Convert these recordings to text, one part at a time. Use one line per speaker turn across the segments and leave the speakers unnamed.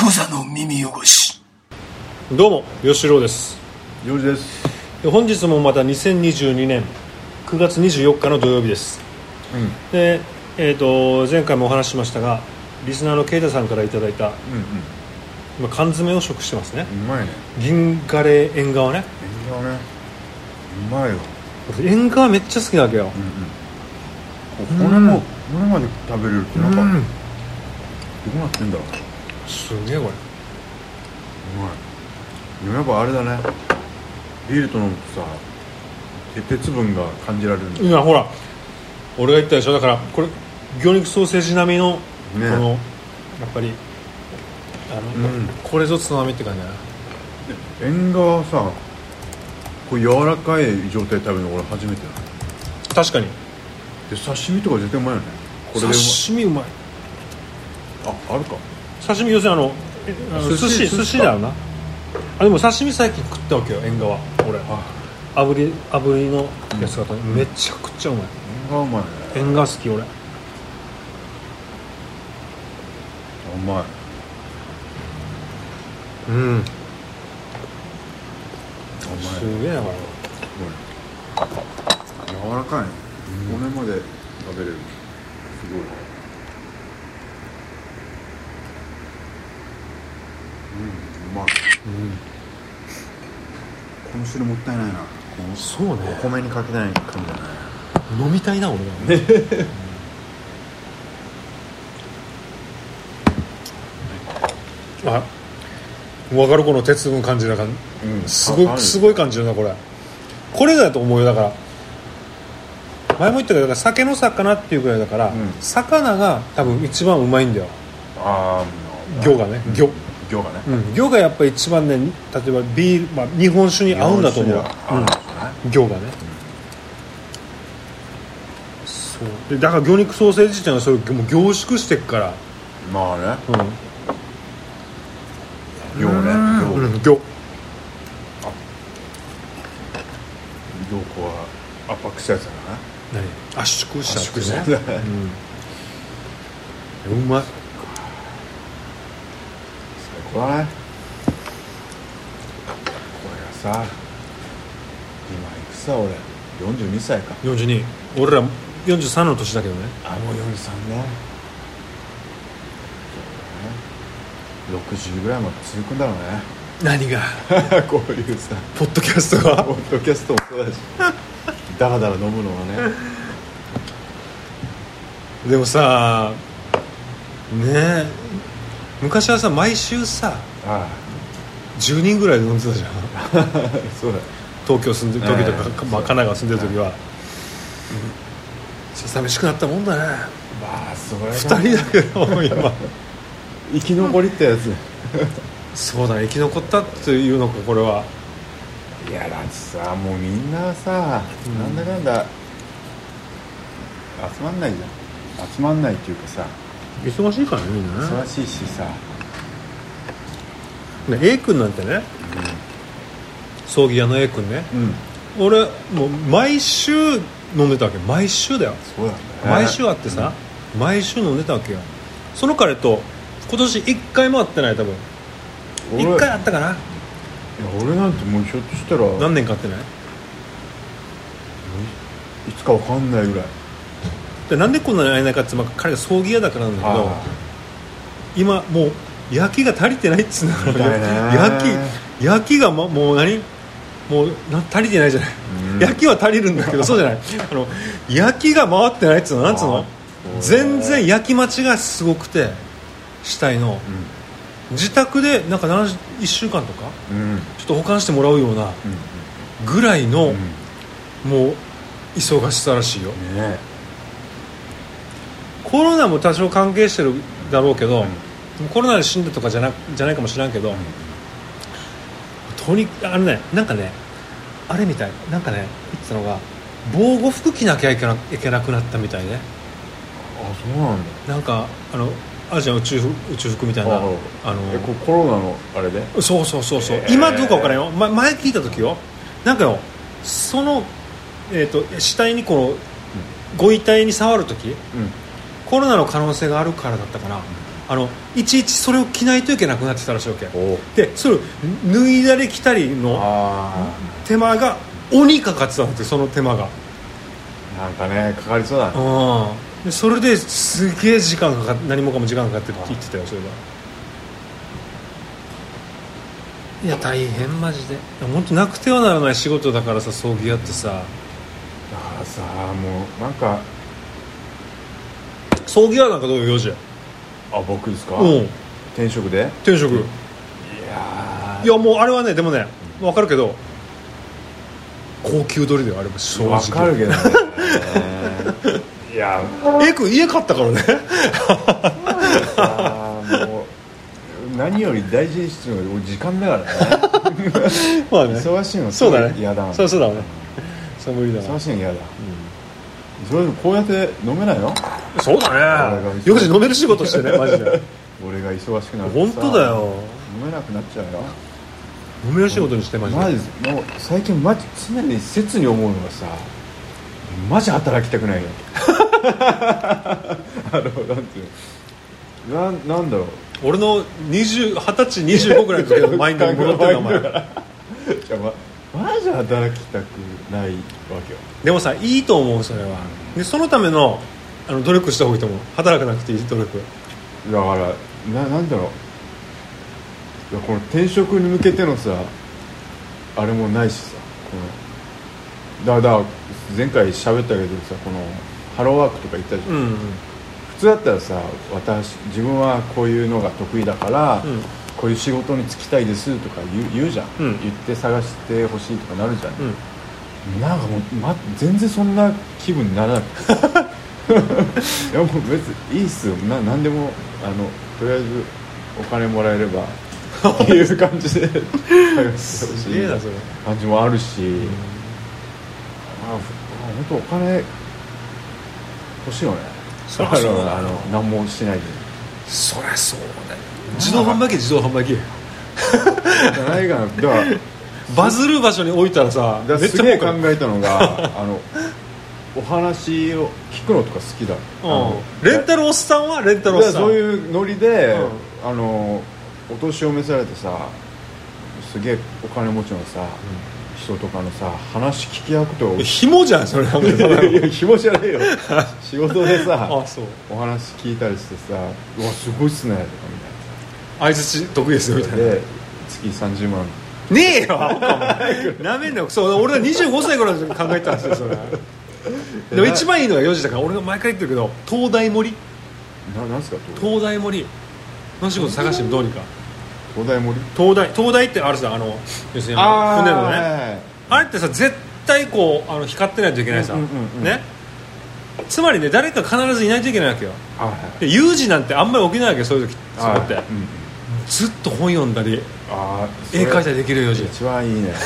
無座の耳汚し。
どうも吉郎です。
ようじです。
本日もまた2022年9月24日の土曜日です、で、前回もお話ししましたがリスナーのケイタさんからいただいた、今缶詰を食してますね。
うまいね。
銀ガレー縁側ね。
縁側ね、うまいよ。
縁側めっちゃ好きなわけよ。
骨まで食べれるってなんか、どうなってんだろう。
すげえこれ。
うまい。でもやっぱあれだね、ビールと飲むとさ鉄分が感じられるんだ。
いやほら俺が言ったでしょ。だからこれ魚肉ソーセージ並みの、
ね、
このやっぱりこれぞつまみって感じだな。
縁側はさこう柔らかい状態で食べるの俺初めてだ。
確かに。
で刺身とか絶対うまいよね。これで
刺身うまい。
あるか。
刺身要するに寿司だよな。でも刺身最近食ったわけよ縁側。俺炙りのやつがめちゃくちゃうまい。
縁側うまいね。
縁側好き俺。
うまい。
すげえなこれ。
柔らかいね。骨まで食べれる。すごい。うまい。この汁もったいないな。
そうね。
お米にかけない感じだね。
飲みたいな俺は。あ、分かるこの鉄分感じる感じ、すごい感じるなこれ。これだと思うよ。だから前も言ったけど酒の魚っていうぐらいだから、魚が多分一番うまいんだよ。魚がね、
魚がね、
魚がやっぱ一番ね。例えばビール、日本酒に合うんだと思う。魚がね、そうでだから魚肉ソーセージっていうのはそれもう凝縮してっから。
まあね、魚こは圧迫したやつだな。
圧縮したってね。うまい。
最高だね。これがさ、今いくつだ俺。42歳か。
42。俺ら43の年だけどね。
もう43ね。60ぐらいまで続くんだろうね。
何が
こういうさ
ポッドキャストが。
ポッドキャストもそうだしダラダラ飲むのはね。
でもさね、昔はさ毎週さ10人ぐらいで飲んでたじゃん。
そうだ。
東京住んでる時とか、神奈川住んでる時は、寂しくなったもんだね。
まあそれ
2人だけど今
生き残りってやつ。
そうだね、生き残ったっていうのかこれは。
いやだってさ、もうみんなさ、なんだかんだ集まんないじゃん。集まんないっていうかさ、
忙しいからねみんなね。
忙しいしさ。
A 君なんてね、葬儀屋の A 君ね、俺もう毎週飲んでたわけ。毎週だよ。
そうなんだね。
毎週会ってさ、毎週飲んでたわけよ。その彼と今年1回も会ってない。多分1回会ったかな。
いや俺なんてもうひょっとしたら
何年か会ってない。
いつかわかんないぐらい
でなんでこんなに会えないかって、彼が葬儀屋だからなんだけど、今もう焼きが足りてないっつうんだから、焼きが、もう何もう足りてないじゃない、焼きは足りるんだけどそうじゃない焼きが回ってないっつうの。なんつうの、全然焼き待ちがすごくて、死体の、自宅でなんか1週間とか、ちょっと保管してもらうようなぐらいの、もう忙しさらしいよ、コロナも多少関係してるだろうけど、コロナで死んだとかじゃないかもしれんけど、なんかねあれみたい。なんかね言ってたのが、防護服着なきゃいけなくなったみたいね。
そうなんだ。
なんかあるじゃん、宇宙服みたいな。
コロナのあれで。
そう、今どうか分からんよ。前聞いた時よ、なんかよ、その、死体にこの、ご遺体に触る時、コロナの可能性があるからだったかな。 いちいちそれを着ないといけなくなってたらしいわけ
お
で、それを脱いだり着たりの手間が鬼かかってたんだって、その手間が
なんかねかかりそうだね。
でそれですげえ時間かかって何もかも時間かかってって言ってたよそれが。いや大変マジで本当なくてはならない仕事だからさ、葬儀屋ってさ。
だからさもうなんか
葬儀屋なんかどういう用事や。
僕ですか、
うん
転職で
転職、いやもうあれはねでもね分かるけど高級取りだよあれも正直。
分かるけどねいや
君家買ったからね
もう何より大事にしてるのが時間だからね
まあね
忙しいの
そうだね
嫌だ。
そうだね、そう無理だな。
忙しいの嫌だ、それでこうやって飲めないよ。
そうだね、よく飲める仕事してねマジで
俺が忙しくなると
本当だよ、
飲めなくなっちゃうよ。
飲める仕事にしてマジで。
マジもう最近マジ常に切に思うのがさ、マジ働きたくないよなんていうのなんだろう、
俺の20歳25ぐらいの時のマインドに戻ってるのお前
マジ働きたくないわけよ。
でもさいいと思うそれは。でそのための努力した方がいいと思う。働かなくていい努力
だからなんだろう、いやこの転職に向けてのさあれもないしさ、このだ前回喋ったけどさ、このハローワークとか言ったじゃん、普通だったらさ自分はこういうのが得意だから、こういう仕事に就きたいですとか言うじゃん、言って探してほしいとかなるじゃん、なんかもう、全然そんな気分にならなくていやもう別にいいっすよ、なんでもとりあえずお金もらえればっていう感じで探してほしい感じもあるし、本当お金欲しいよね。
そりゃそうだ
何もしないで。
そりゃそうだよ。自動販売機じゃ
ないかな。だから
バズる場所に置いたらさ、
めっちゃすげえ考えたのがお話を聞くのとか好きだ。
レンタルおっさんはレンタルおっさん、
そういうノリで、お年を召されてさ、すげえお金持ちのさ、人とかのさ話聞き役と
紐じゃんそれ。
いや紐じゃないよ仕事でさ
そう
お話聞いたりしてさ、うわすごいっすねとかみたいな、
相づち得意ですよみたいな。
で月30万
ねえよなめんなよ。そう俺は25歳ぐらいの時に考えたんですよそれでも一番いいのが4時だから、俺が毎回言ってるけど東大森
なんすか
東大森の仕事探してる。どうにか
東大森
東大ってあるさ、要するに船のね、あれってさ絶対こう光ってないといけないさ、ね、つまりね誰か必ずいないといけないわけよ。で有事なんてあんまり起きないわけよ、そういう時そこって、ずっと本読んだり絵描いたりできるようじ
一番いいね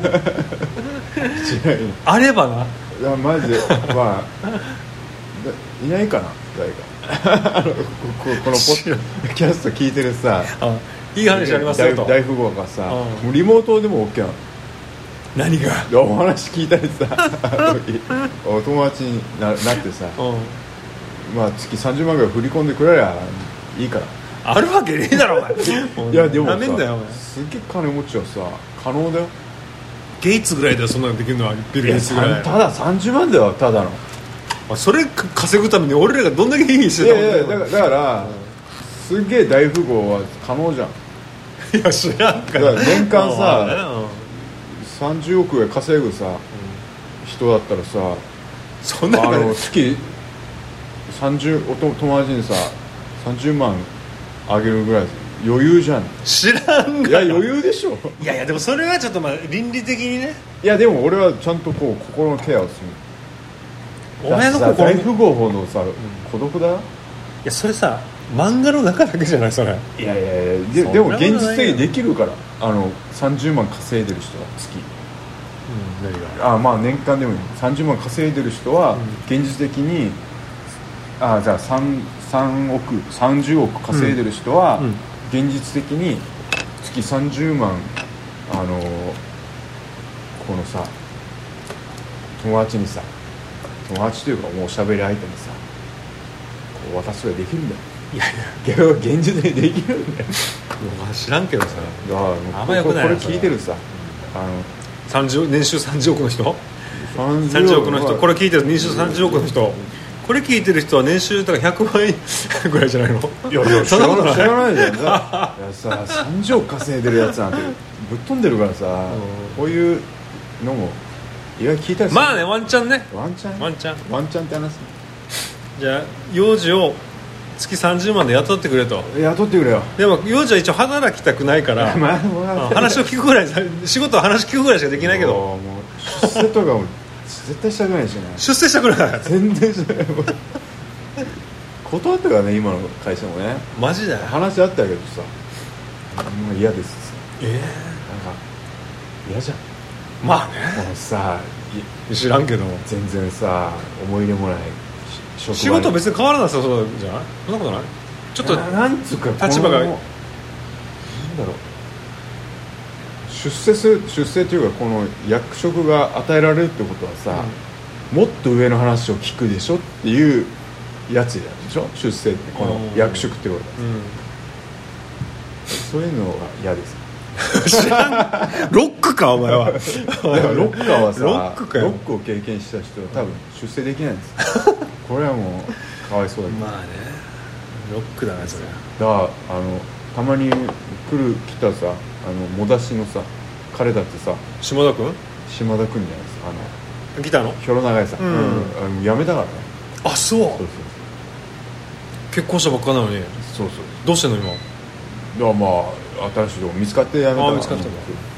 あればな。
いやマジでまあいないかな誰かこのポッドキャスト聞いてるさ
いい話ありますよと
大富豪がさ、もうリモートでも OK なの。
何が
お話聞いたりさお友達に なってさ、まあ月30万ぐらい振り込んでくれりゃいいから。
あるわけねえだろお前
いやでもさ
なめんだよ
すっげえ金持ちはさ可能だよ。
ゲイツぐらいではそんなのできるのはビル・ゲイツぐらい。
ただ30万だよただの。
それ稼ぐために俺らがどんだけいいしてたの。
だから、すっげえ大富豪は可能じゃん。
いや知らんか
ら年間さ30億ぐらい稼ぐさ、人だったらさ、
そんな
月30友達にさ30万あげるぐらい余裕じゃん。
知らんが。
いや余裕でしょ。
いやでもそれはちょっと倫理的にね。
いやでも俺はちゃんとこう心のケアをする。
お前の心
大富豪ほどさ、孤独だよ。
いやそれさ漫画の中だけじゃないそれ。
いやでも現実的にできるから30万稼いでる人は月、何がまあ年間でもいい30万稼いでる人は現実的に、じゃあ3億30億稼いでる人は現実的に月30万このさ友達にさ友達というかもうおしゃべり相手にさこう渡すができるんだよ。
いやい
ギャラは現実にできるんだよ。
や知らんけどさ、
あ
んま良くないな
これ聞いてるさ、
年収30億の人
30
30億の人、これ聞いてる年収30億の人、これ聞いてる人は年収だから100万円ぐらいじゃないの？
いや
そんなことない。
知らないじゃん。いやさ、30億稼いでるやつなんてぶっ飛んでるからさ、こういうのも意外に聞いたりする。
まあね、ワンチャンね、
ワンチャン
ワンチャン。
ワンチャンって話す。
じゃあ幼児を月30万で雇ってくれと。
雇ってくれよ。
でも幼児は一応働きたくないから話を聞くぐらい、仕事は話聞くぐらいしかできないけど、
もう出世とかも絶対したくないしね。
出世したくない。
全然したくない。断ったからね、今の会社もね。
マジで
話あったけどさ、もう嫌です。なんか嫌じゃん。
まあね、
もうさ、
知らんけど
全然さ、思い入れもない職場に。
仕事別に変わらなさそうじゃない？そんなことない？ちょっと
なんつうか
立場が
なんだろう、出世というか、この役職が与えられるってことはさ、もっと上の話を聞くでしょっていうやつでしょ、出世ってこの役職ってことは、そういうのが嫌です。
知らん。ロックかお前は。
ロッカーはさ、
ロックかよ。
ロックを経験した人は多分出世できないんです。これはもうかわいそうだけど。
まあね、ロックだなそれ。
だからたまに来たさ、もだしのさ彼だってさ、
島田君
島田君じゃないですか、
来たの？
ひょろ長いさ、辞めたからね。
あ、そう。結婚したばっかなのに。
そう
どうしてんの今？
だからまあ新しいとこ見つかって辞めたから。
見つかったんだ。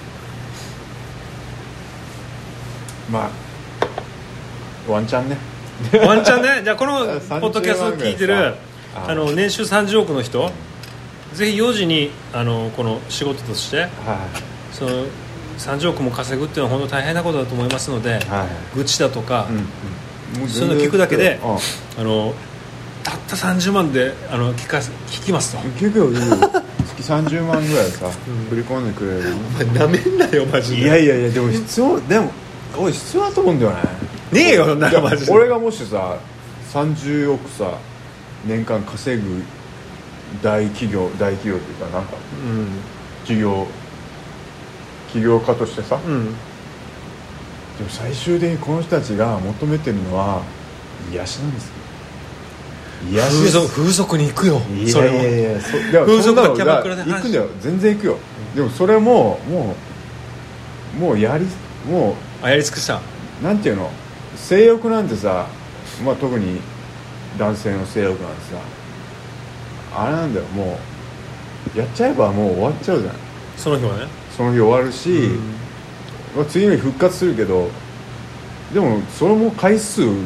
まあワンチャンね。
ワンチャンね。じゃあこのポッドキャストを聞いてる年収30億の人、ぜひ幼児にこの仕事として、その30億も稼ぐっていうのは本当大変なことだと思いますので、愚痴だとか、そういうの聞くだけでたった30万で聞きますと。
聞くよ月30万ぐらいさ、振り込んでくれる。
お前なめんなよマジで。
いやでも必要だと思うんだよね。
ねえよなマジで。
俺がもしさ30億さ年間稼ぐ大企業っていうかなんか、起業家としてさ、でも最終的にこの人たちが求めてるのは癒しなんですよ。癒しです。
風俗に行くよ。それは
風俗かキャバクラで行くんだよ。全然行くよ。でもそれもやり
尽くした。
なんていうの、性欲なんてさ、まあ特に男性の性欲なんてさ、あれなんだよ、もうやっちゃえばもう終わっちゃうじゃん。
その日はね。
その日終わるし、次の日復活するけど、でもそれも回数も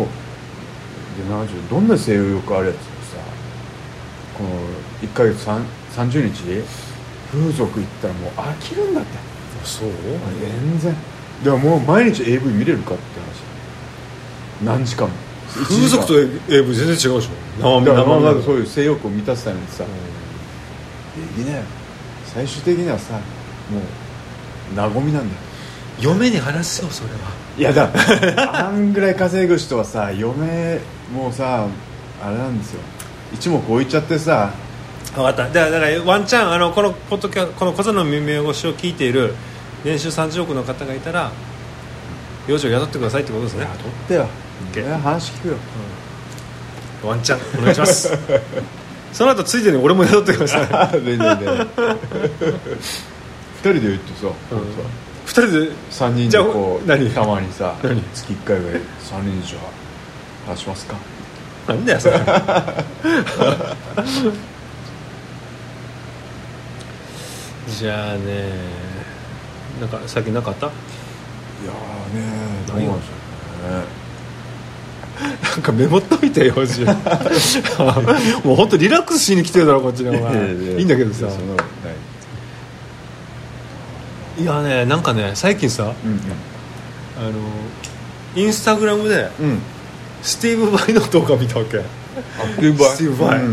どんな性欲あるやつもさ、この1ヶ月30日風俗行ったらもう飽きるんだって。
そう？
全然。でももう毎日 AV 見れるかって話。何時間も。
風俗と AV 全然違うでしょ。
だからまずそういう性欲を満たすためにさ、いいね。最終的にはさ、もう和みなんだよ。
嫁に話すよそれは。
いやだあんぐらい稼ぐ人はさ、嫁もうさあれなんですよ、一目置いちゃってさ。
分かった。だからワンチャンこのポッドキャこの小座の耳汚しを聞いている年収30億の方がいたら幼児を雇ってくださいってことですね。
雇ってよ。話聞くよ、
ワンチャンお願いしますその後ついでに俺も雇ってください
2人で言ってさ、
2人で
3人でこうたまにさ月1回ぐらい3人でじゃあ話しますか。
なんだよそれじゃあね、なんか最近なかった？いや
ーね、どうなんでしょうね。
なんかメモっといてよじゃもう本当リラックスしに来てるだろこっちの方がいいんだけどさ。いやね、なんかね最近さ、インスタグラムで、スティーブ・バイの動画見たわけ。スティーブ・バイ、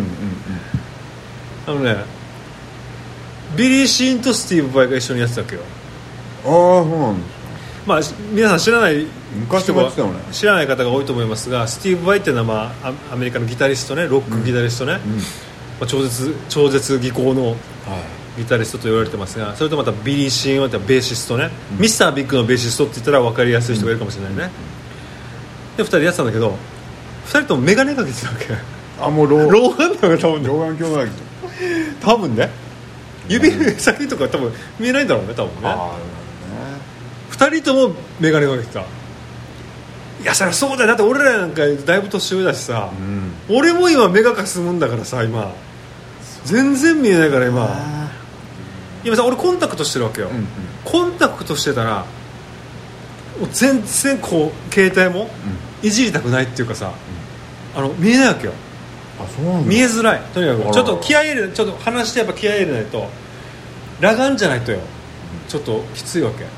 ねビリー・シーンとスティーブ・バイが一緒にやってたわけよ。
ああ、そうなんですか。
まあ皆さん知らない
昔もやってたよね。
知らない方が多いと思いますが、スティーブ・バイっていうのは、アメリカのギタリストね、ロックギタリストね、超絶技巧のギタリストと言われてますが、それとまたビリー・シーンはベーシストね、ミスター・ビッグのベーシストって言ったら分かりやすい人がいるかもしれないね、で2人でやってたんだけど、2人ともメガネかけてたわけ。
もう老
眼だよ多分ね。
老眼鏡だけど
多分ね、指先とか多分見えないんだろうね多分ね。2人ともメガネかけてた。いやそりゃそうだよ、だって俺らなんかだいぶ年上だしさ、俺も今目がかすむんだからさ、今全然見えないから今さ、俺コンタクトしてるわけよ、コンタクトしてたら全然こう携帯もいじりたくないっていうかさ、見えないわけよ。
そうなんだ。
見えづらい。とにかくちょっと気合い入れる、ちょっと話してやっぱ気合い入れないと、裸眼じゃないとよちょっときついわけ。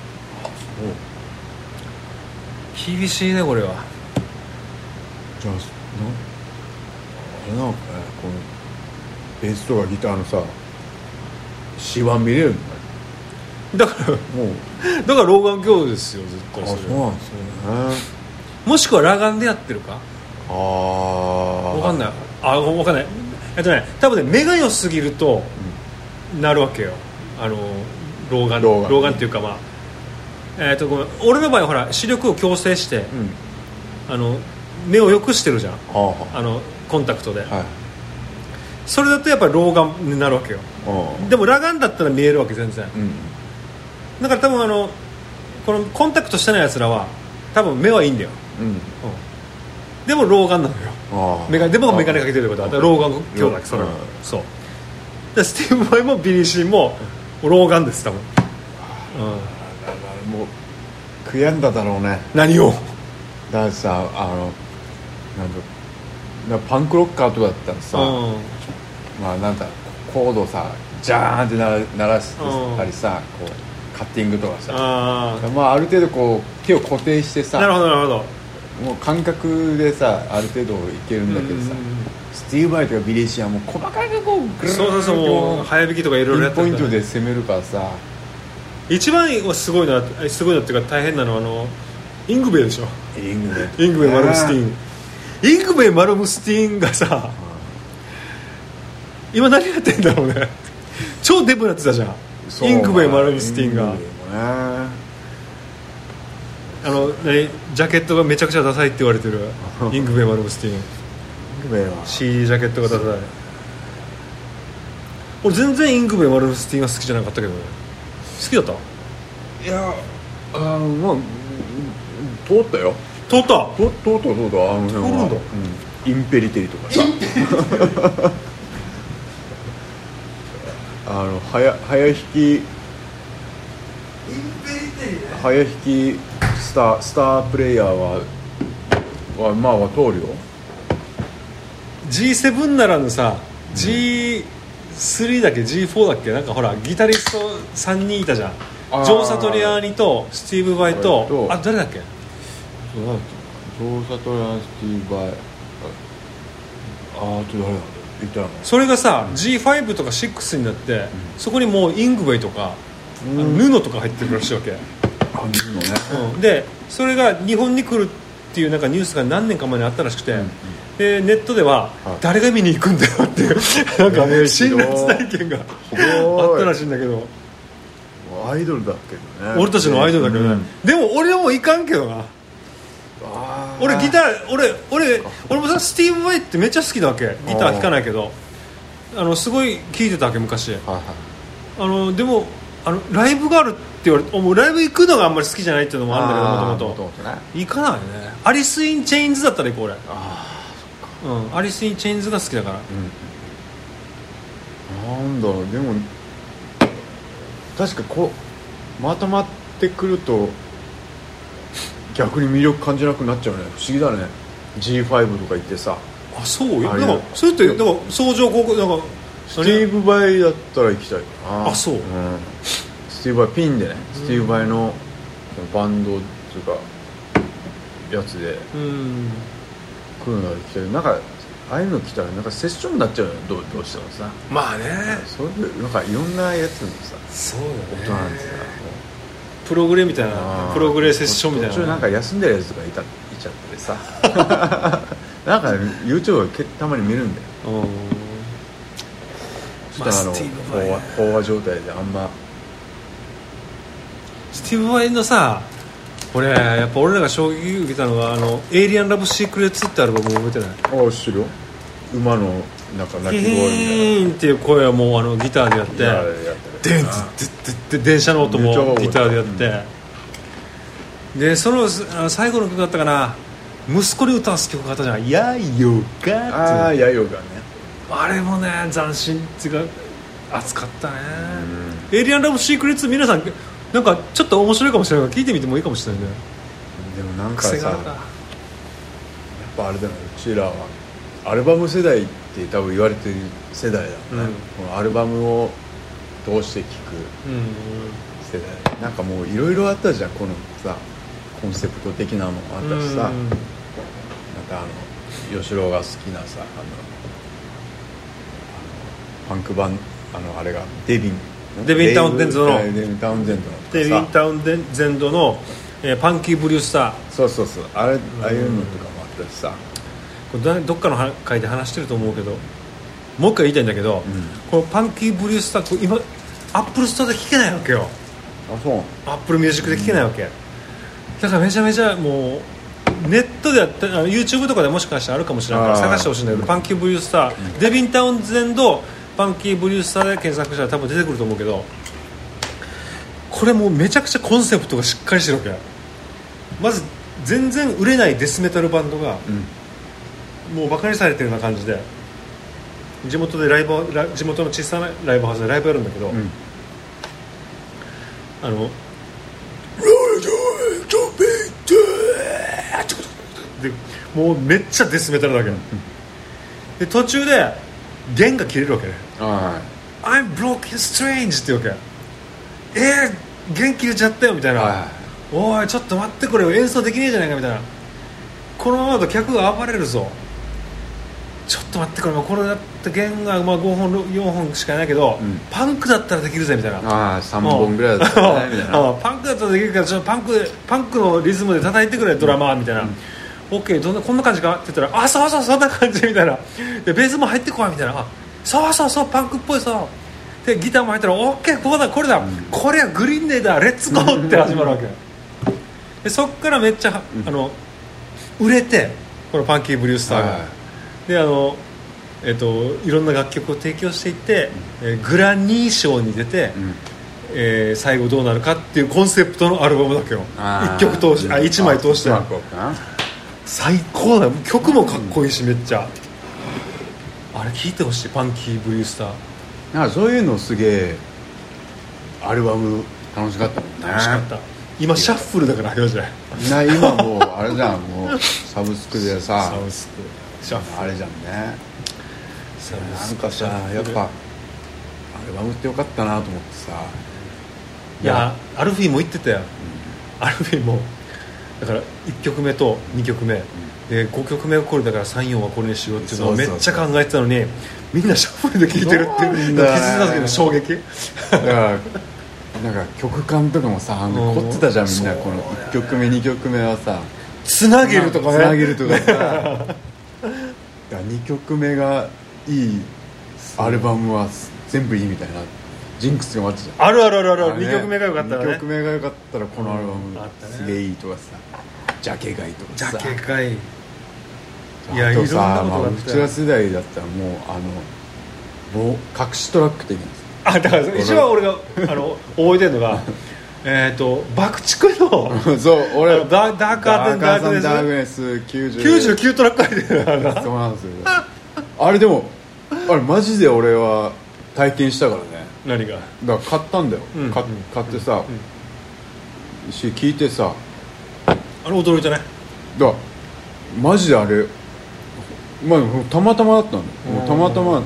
厳しいねこれは。
じゃああれなのかね、このベースとかギターのさ指腕見れるん
だから老眼鏡ですよずっと。
そうなんですよね。
もしくは裸眼でやってるか分かんない。分かんない。多分ね目が良すぎるとなるわけよ、老眼っていうか、まあごめん、俺の場合はほら視力を矯正して、目を良くしてるじゃん、コンタクトで、それだとやっぱり老眼になるわけよ。でも裸眼だったら見えるわけ全然、だから多分このコンタクトしてないやつらは多分目はいいんだよ、でも老眼なのよ。でもメガネかけてるってことは老眼鏡だけ、それはそうで、スティーブ・バイもビリー・シーンも老眼です多分。
もう悔やんだだろうね。
何を
だからさ、パンクロッカーとかだったらさ、まあなんだコードさジャーンって鳴らしたりさ、こうカッティングとかさ、まあある程度こう手を固定してさ、
なるほど
もう感覚でさある程度いけるんだけどさ、スティーブ・バイとかビリー・シーンはもう細かくこうグルーッと
もう早弾きとかいろいろやって
ピンポイントで攻めるからさ。
一番すごいなっていうか大変なのはイングベイでしょ。イングベイ・マルムスティーン、イングベイ・マルムスティーンがさ、今何やってんだろうね。超デブなってたじゃん、イングベイ・マルムスティーンが。ジャケットがめちゃくちゃダサいって言われてるイングベイ・マルムスティーン。CD ジャケットがダサい。俺全然イングベイ・マルムスティーンが好きじゃなかったけどね。好きだった？
いや、まあ通ったよ。
通った。
あの辺は。インペリテリとかさ。早弾きスタープレイヤーはまあ通るよ。
G7 ならぬさ、G3 だっけ G4 だっけ、なんかほらギタリスト3人いたじゃん。ジョー・サトリアーニとスティーブ・バイと誰だっけ。
ジョー・サトリアーニ、スティーブ・バイ、誰だいたの。
それがさ、G5 とか6になって、そこにもうイングベイとか、ヌノとか入ってるらしいわけ。でそれが日本に来るっていうなんかニュースが何年か前にあったらしくて、でネットでは誰が見に行くんだよっていうなんか辛辣体験があったらしいんだけど、
アイドルだけどね、
俺たちのアイドルだけどね、でも俺も行かんけどな。俺ギター俺もさ、スティーブ・バイってめっちゃ好きだわけ。ギター弾かないけどすごい聴いてたわけ昔。でもライブがあるって言われて、もうライブ行くのがあんまり好きじゃないっていうのもあるんだけど、もともと行かないね。アリス・イン・チェインズだったら行こう俺。アリス・イン・チェインズが好きだから。
なんだろう、でも確かこうまとまってくると逆に魅力感じなくなっちゃうね。不思議だね。 G5 とか行ってさ。
そうよ。でもそれってでも相乗効果なんか
スティーブ・バイだったら行きたいかな。
そう、
スティーブ・バイピンでね、スティーブ・バイのバンドっていうかやつで来るのが行きたい。なんかああいうの来たらなんかセッションになっちゃうよね、どうしてもさ。
まあね、
それでなんかいろんなやつのさ、
そうだね、
音なんですよ。
プログレみたいなプログレセッションみたいな
途中なんか休んでるやつがいちゃってさなんか YouTube たまに見るんだよ。そしたら飽和状態であんま
スティーブ・ワイのさ俺やっぱ俺らが衝撃受けたのがエイリアン・ラブ・シークレッツってアルバム覚えてない？
ああ知ってるよ。馬のなんか鳴き声みたいな
ヒーンっていう声はもうギターでやってデンって電車の音もギターでやって、でその最後の曲だったかな、息子に歌わす曲があったじゃん、やよがって
ああやよがね、
あれもね斬新っていうか熱かったね。エイリアン・ラブ・シークレッツ皆さんなんかちょっと面白いかもしれないから聞いてみてもいいかもしれないね。
でもなんかさやっぱあれだよね、うちらはアルバム世代って多分言われてる世代だね、このアルバムを通して聴く世代、なんかもういろいろあったじゃん、このさコンセプト的なのもあったしさ、なんか吉郎が好きなさパンクバンあれがデビンタウンゼンドのデビンタウンゼンドのパンキーブリュースター、 そうああいうのとかもあったしさ、
これどっかの回で話してると思うけどもう一回言いたいんだけど、このパンキーブリュースター今アップルストアで聴けないわけよ。
あ、そう。
アップルミュージックで聴けないわけ、だからめちゃめちゃもうネットでやってYouTube とかでもしかしたらあるかもしれないから探してほしいんだけど、パンキーブリュースター、デビンタウンゼンドパンキーブリュースターで検索したら多分出てくると思うけど、これもうめちゃくちゃコンセプトがしっかりしてるわけ。まず全然売れないデスメタルバンドが、もうバカにされてるような感じで地元で地元の小さなライブハウスでライブやるんだけど、でもうめっちゃデスメタルだけど、で途中で弦が切れるわけね。I'm broken strange って言うわけ。弦切れちゃったよみたいな、おいちょっと待ってこれ演奏できねえじゃないかみたいな、このままだと客が暴れるぞ、ちょっと待ってこれだって弦が5本4本しかないけど、パンクだったらできるぜみたいな、
3本ぐらいだったらねみたいな
パンクだったらできるからちょっとパンクのリズムで叩いてくれドラマーみたいな、OK こんな感じかって言ったら、そうそんな感じみたいな、でベースも入ってこいみたいな、そうパンクっぽいさ、でギターも入ったら OK これだ、これはグリーンデーだレッツゴーって始まるわけでそっからめっちゃ売れて、このパンキーブリュースターが、でいろんな楽曲を提供していって、グラニー賞に出て、最後どうなるかっていうコンセプトのアルバムだけよ。1枚通して最高だ。曲もかっこいいし、めっちゃあれ聴いてほしい、パンキーブリュースター。
なんかそういうのすげえアルバム楽しかったもんね。
楽しかった。今シャッフルだからあれじゃない
今もうあれじゃん、もうサブスクでさ、
サブスクシャッフル
あれじゃんね。なんかさ、やっぱアルバムってよかったなと思ってさ。
いやアルフィーも言ってたよ、アルフィーもだから1曲目と2曲目、で5曲目がこれだから3、4はこれにしようっていうのをめっちゃ考えてたのに、みんなシャッフルで聴いてるっていうのを気づいた時の衝撃
だからなんか曲感とかもさ凝ってたじゃん、みんな。この1曲目2曲目はさ
つなげるとかね、
つなげるとかさ2曲目がいいアルバムは全部いいみたいなジンクスが待ってたじゃん。
ある2曲目が良かったらね、
2曲目が良かったらこのアルバムすげえいいとかさ、ジャケ買いとかさ、
ジャケ買い、
あとさ、うちら世代だったらもう隠しトラック的な、
だから一番俺が覚えてるのが爆竹の
そう俺
ダークアーダークネス99トラック入ってるから
そうなんですよあれでもあれマジで俺は体験したからね。
何が
だから買ったんだよ、買ってさ、聞いてさ、
驚いたね。
だからマジであれ、たまたまだったんだよ。もうたまたま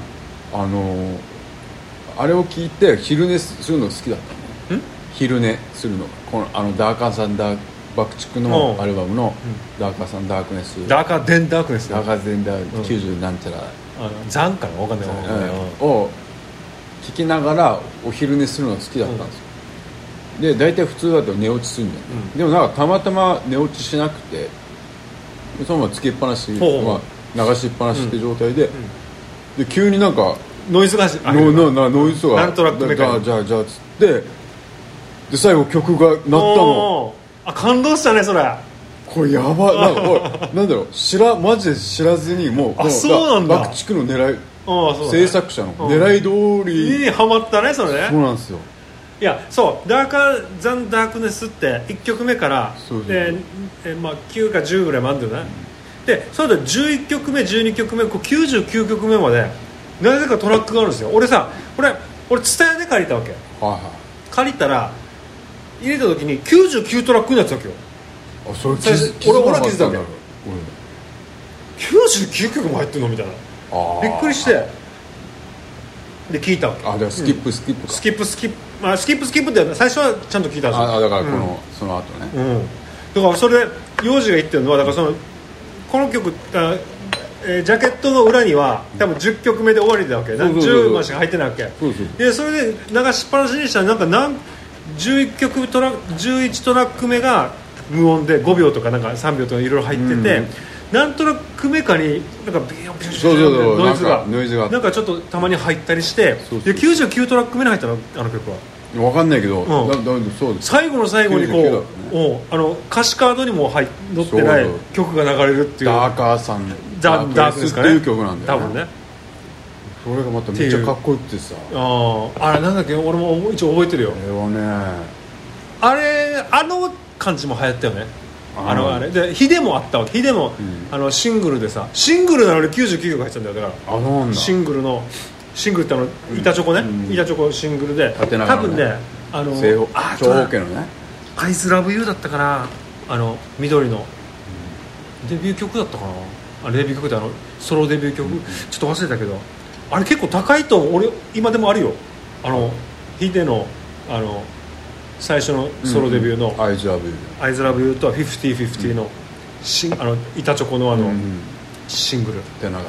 あれを聞いて昼寝するのが好きだったの。昼寝するのがこのダーカーさん爆竹のアルバムのダーカーさんダークネス、
ダーカーデンダークネス、
ダーカーデンダー90なんちゃら
ザンかな、分かんない
を聞きながらお昼寝するのが好きだったんですよ。 で大体普通だと寝落ちするんだよね、でもなんかたまたま寝落ちしなくてそのままつけっぱなし、まあ、流しっぱなしって状態で、で急になんか
ノイズが
ノイズが
なんとなく目から
じゃあつってで最後曲が鳴ったの。
あ、感動したねそれ。
これやばいなんだろうマジで知らずにもう
そうなんだ。
爆竹の狙い、
そうだね、
制作者の狙い通り
にハマったねそれね。
そうなんですよ。
いやそうダーカーザンダークネスって1曲目からまあ、9か10ぐらいまであるんだよね、でそれで11曲目12曲目99曲目までなぜかトラックがあるんですよ。俺ツタヤで借りたわけ、借りたら入れた時に99トラックになってたわけよ。
あ、それ
俺は気づいたわけ。99曲も入ってんのみたいな、びっくりしてで聞いたわけ。
だからスキップ
って最初はちゃんと聞いたんですよ。
だからその後ね、
だからそれで幼児が言ってるのは、だからこの曲ジャケットの裏には多分10曲目で終わりだわけ、10までしか入ってないわけで、それで流しっぱなしにしたら11トラック目が無音で5秒とかなんか3秒とかいろいろ入ってて、何トラック目かになんかビヨンビヨンってノイズがなんかちょっとたまに入ったりして、で99トラック目に入ったの、あの曲は
分かんないけど、
最後の最後にこう歌詞カードにも載ってない曲が流れるっていう、
ダーカーさん
ダークですかね
っていう曲なんだよね、
多分ね。
それがまためっちゃかっこよくてさ、
あれなんだっけ、俺も一応覚えてるよ。あの感じも流行ったよね。あれでヒデもあったわけ。ヒデも、シングルでさ、シングルなのに99曲入ってたんだよ。だからシングルって板チョコね、板チョコシングルで、多分ね
長方形のね、
アイズラブユーだったかな、緑のデビュー曲だったかな。デビュー曲ってソロデビュー曲、ちょっと忘れたけど、あれ結構高いと思う。俺今でもあるよ、ヒデの最初のソロデビューの
アイズラブ
ユーとは50/50の板チョコのシングル
ってなか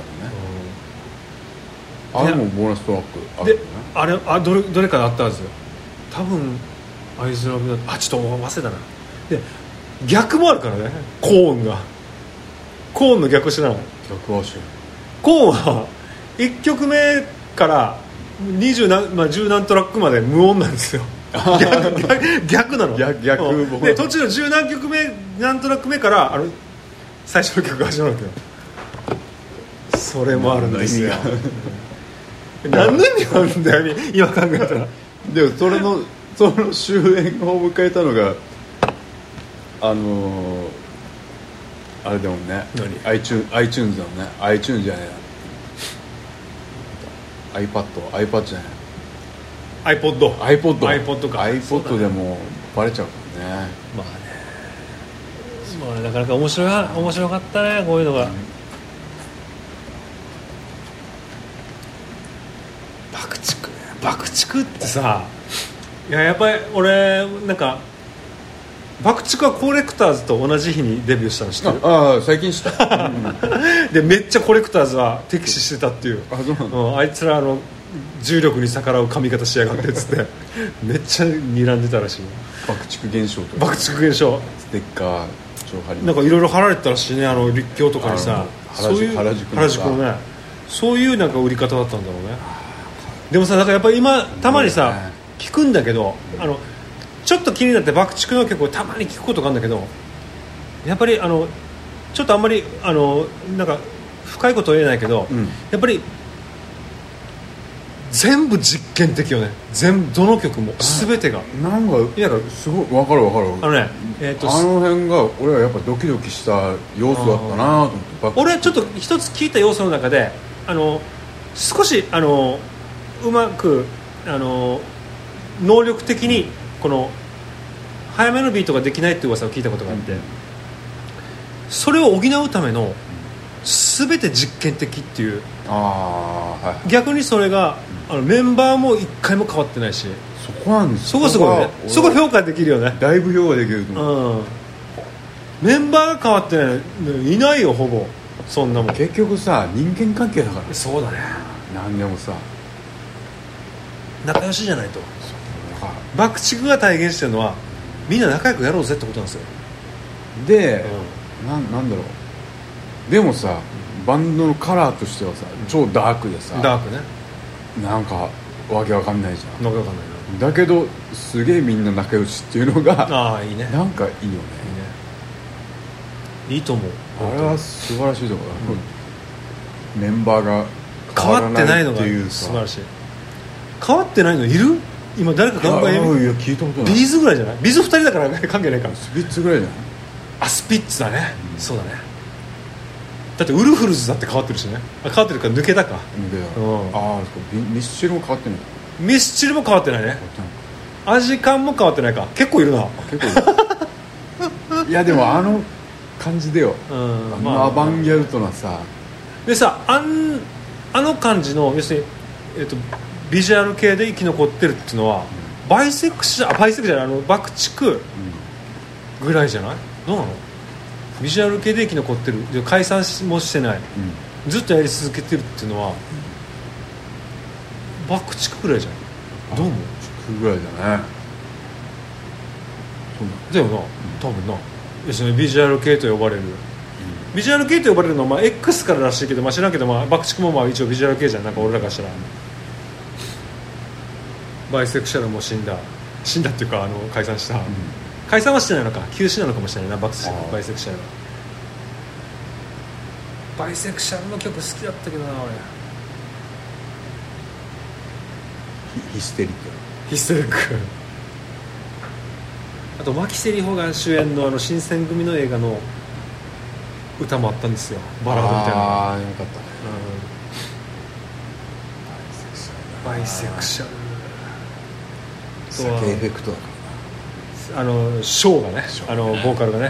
ったね。あれもボーナストラックあるよね。
あれどれかあったはずよ。多分アイズラブユーちょっと忘れたな。で逆もあるからね。コーンの逆知らない？
逆は知らない。
コーンは1曲目から10何トラックまで無音なんですよ。逆なの。逆で途中の10何曲目何トラック目から最初の曲が始まるわけよ。それもあるんですよ。何の意味あるんだよ今考えたら。
でもその終焉を迎えたのがあれだもんね。iTunes だもんね。iTunes じゃねえな、 iPad じゃない、
iPod か。
iPod でもバレちゃうからね。
まあなかなか面白かったね、こういうのが。爆竹ってさ、やっぱり俺なんか爆竹はコレクターズと同じ日にデビューしたの知ってる？
最近知った。
でめっちゃコレクターズは敵視してたっていう。あいつら重力に逆らう髪型しやがってっつってめっちゃ睨んでたらしい。
爆竹現象とか。
爆竹現象。
ステッカー超貼り
なんかいろいろ貼られてたらしいね。立教とかにさ、
原宿
のね、そういうなんか売り方だったんだろうね。でもさ、だからやっぱり今たまにさ聞くんだけど、ちょっと気になって爆竹の曲をたまに聞くことがあるんだけど、やっぱりちょっとあんまりなんか深いことは言えないけど、やっぱり全部実験的よね。どの曲も全てが
なんかすごい分かる。あの辺が俺はやっぱドキドキした要素だったなと思って。
俺ちょっと一つ聞いた要素の中で少しうまく能力的にこの早めのビートができないっていう噂を聞いたことがあって、それを補うための全て実験的っていう。逆にそれがメンバーも一回も変わってないし、
そこなんです。
そこすごいね。そこ評価できるよね。
だいぶ評価できると思う。
メンバーが変わってないいないよ、ほぼ。そんなもん
結局さ、人間関係だから。
そうだね。
何でもさ
仲良しじゃないと。 爆竹が体現してるのはみんな仲良くやろうぜってことなんですよ。
で、なんだろう、でもさ、バンドのカラーとしてはさ、超ダークでさ、
ダークね、
なんかわけわかんないじゃん。
わけわかんない
だけどすげえみんな仲良しっていうのが
な。ああいいね、
なんかいいよね。
いいと思う。
あれは素晴らしいと思う、メンバーが
変わってないのが
っていう
素晴らしい。変わってないのいる？今誰か考える？
いや聞いたことない。
ビーズぐらいじゃない？ビーズ2人だから関係ないから。
スピッツぐらいじゃない？
あ、スピッツだね、そうだね。だってウルフルズだって変わってるしね。あ、変わってるから抜けたか。
抜けた、ああ、ミスチルも変わってない。
ミスチルも変わってないね。アジカンも変わってないか。結構いるな。
結構いるいやでもあの感じでよ、アバンギャルトなさ
でさ、あの感じの要するに、ビジュアル系で生き残ってるっていうのは、バイセクシャル爆竹ぐらいじゃない？どうなの？ビジュアル系で生き残ってる、解散もしてない、ずっとやり続けてるっていうのは爆竹ぐらいじゃない？どう思う？
爆竹ぐらいだね。
だよな、多分な。要するにビジュアル系と呼ばれる、ビジュアル系と呼ばれるのは、X かららしいけど、知らんけど、爆竹も一応ビジュアル系じゃん。なんか俺らからしたら、バイセクシャルも死んだっていうか、解散した、解散はしてないのか、休止なのかもしれないな、バイセクシャルは。バイセクシャルの曲好きだったけどな、俺。
ヒステリック。
あと牧瀬里穂が主演の新選組の映画の歌もあったんですよ、バラードみたいな。
ああ、よかったね、
バイセクシャル、
酒エフェクトだからな、
ショーがね、ボーカルがね、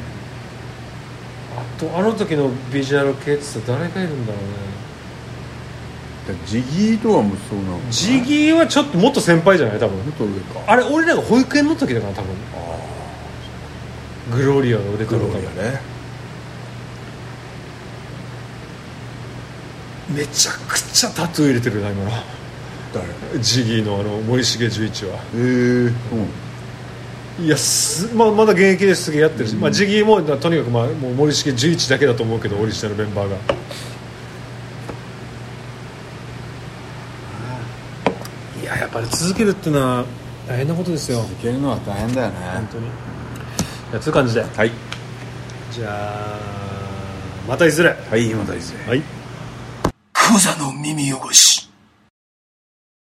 あとあの時のビジュアル系って誰がいるんだろうね。
ジギーとはもうそうなの？
ジギーはちょっともっと先輩じゃない？多分
もっと上か。
あれ俺らが保育園の時だから多分。グローリアが売れたのかもね。めちゃくちゃタトゥー入れてるな今の。
誰？
ジギーの森重十一は。いやまだ現役ですげえやってるし、ジギーもとにかくもう森重十一だけだと思うけど、オリジナルメンバーが。やっぱり続けるっていうのは大変なことですよ。
続けるのは大変だよね、
本当に。そういう感じで、
はい、
じゃあまたいずれ。
はい、またいずれ。
はい。
クザの耳汚し。